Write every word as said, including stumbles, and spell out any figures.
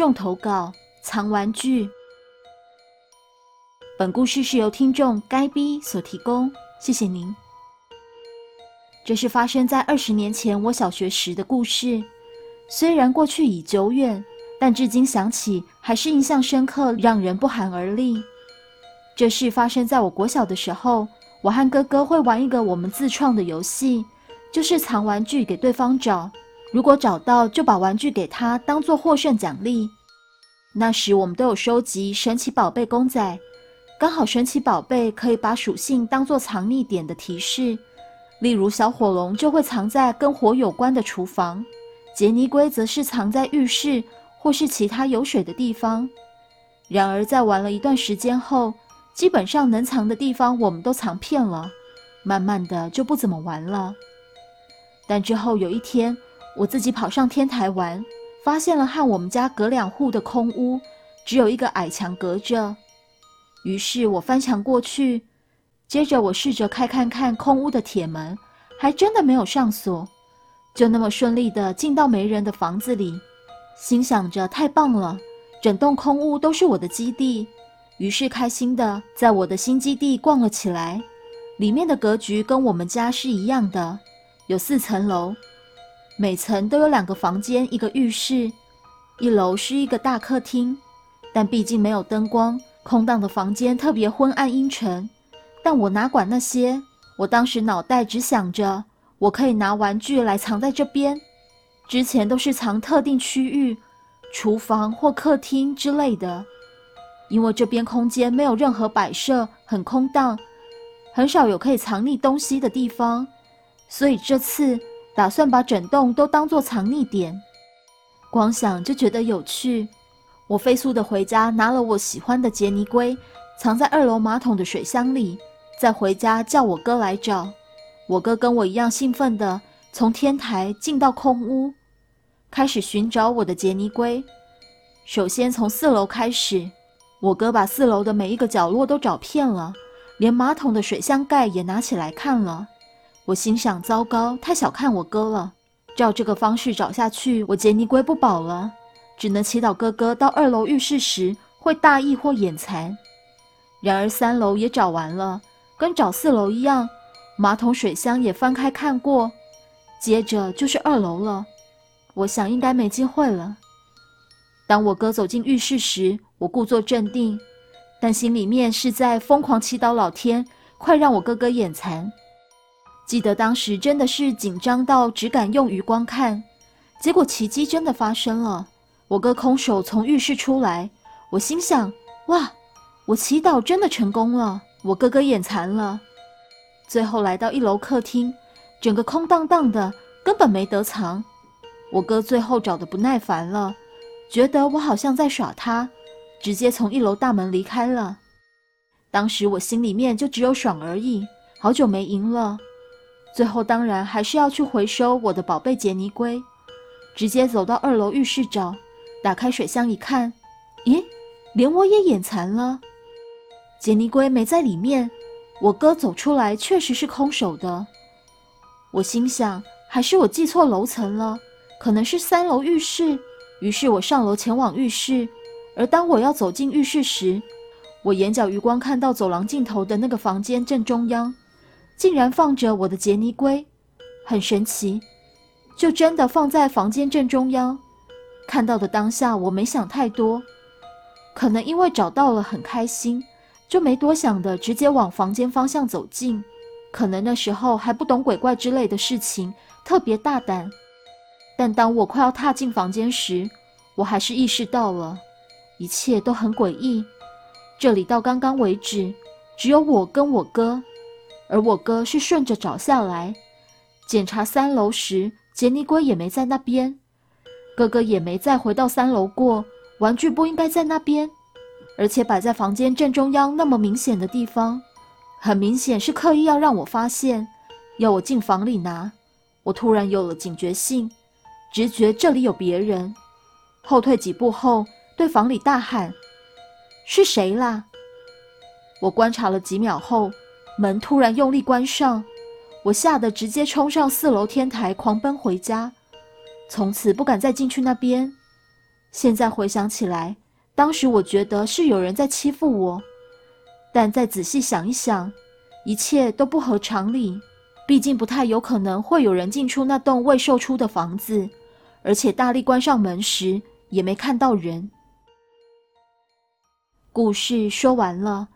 众投稿藏玩具。本故事是由听众该 B 所提供，谢谢您。这是发生在二十年前我小学时的故事，虽然过去已久远，但至今想起还是印象深刻，让人不寒而栗。这事发生在我国小的时候，我和哥哥会玩一个我们自创的游戏，就是藏玩具给对方找，如果找到就把玩具给他当作获胜奖励。那时我们都有收集神奇宝贝公仔，刚好神奇宝贝可以把属性当作藏匿点的提示，例如小火龙就会藏在跟火有关的厨房，杰尼龟则是藏在浴室或是其他有水的地方。然而在玩了一段时间后，基本上能藏的地方我们都藏遍了，慢慢的就不怎么玩了。但之后有一天，我自己跑上天台玩，发现了和我们家隔两户的空屋，只有一个矮墙隔着。于是我翻墙过去，接着我试着开看看空屋的铁门，还真的没有上锁，就那么顺利的进到没人的房子里，心想着太棒了，整栋空屋都是我的基地。于是开心的在我的新基地逛了起来，里面的格局跟我们家是一样的，有四层楼，每层都有两个房间，一个浴室，一楼是一个大客厅，但毕竟没有灯光，空荡的房间特别昏暗阴沉。但我哪管那些，我当时脑袋只想着我可以拿玩具来藏在这边，之前都是藏特定区域，厨房或客厅之类的。因为这边空间没有任何摆设，很空荡，很少有可以藏匿东西的地方，所以这次打算把整栋都当作藏匿点。光想就觉得有趣，我飞速的回家拿了我喜欢的杰尼龟，藏在二楼马桶的水箱里，再回家叫我哥来找。我哥跟我一样兴奋的从天台进到空屋，开始寻找我的杰尼龟。首先从四楼开始，我哥把四楼的每一个角落都找遍了，连马桶的水箱盖也拿起来看了。我心想糟糕，太小看我哥了，照这个方式找下去，我杰尼龟不保了，只能祈祷哥哥到二楼浴室时会大意或眼残。然而三楼也找完了，跟找四楼一样，马桶水箱也翻开看过，接着就是二楼了。我想应该没机会了。当我哥走进浴室时，我故作镇定，但心里面是在疯狂祈祷老天快让我哥哥眼残。记得当时真的是紧张到只敢用余光看，结果奇迹真的发生了，我哥空手从浴室出来。我心想，哇，我祈祷真的成功了，我哥哥眼残了。最后来到一楼客厅，整个空荡荡的，根本没得藏。我哥最后找得不耐烦了，觉得我好像在耍他，直接从一楼大门离开了。当时我心里面就只有爽而已，好久没赢了。最后当然还是要去回收我的宝贝杰尼龟，直接走到二楼浴室找，打开水箱一看，咦，连我也眼残了，杰尼龟没在里面，我哥走出来确实是空手的。我心想，还是我记错楼层了，可能是三楼浴室。于是我上楼前往浴室，而当我要走进浴室时，我眼角余光看到走廊尽头的那个房间正中央，竟然放着我的杰尼龟，很神奇，就真的放在房间正中央。看到的当下我没想太多，可能因为找到了很开心，就没多想的直接往房间方向走近。可能那时候还不懂鬼怪之类的事情，特别大胆。但当我快要踏进房间时，我还是意识到了，一切都很诡异。这里到刚刚为止，只有我跟我哥，而我哥是顺着找下来。检查三楼时，杰尼龟也没在那边，哥哥也没再回到三楼过，玩具不应该在那边，而且摆在房间正中央那么明显的地方，很明显是刻意要让我发现，要我进房里拿。我突然有了警觉性，直觉这里有别人，后退几步后，对房里大喊：“是谁啦？”我观察了几秒后，门突然用力关上，我吓得直接冲上四楼天台，狂奔回家，从此不敢再进去那边。 现在回想起来，当时我觉得是有人在欺负我，但再仔细想一想，一切都不合常理。毕竟不太有可能会有人进出那栋未售出的房子，而且大力关上门时也没看到人。故事说完了，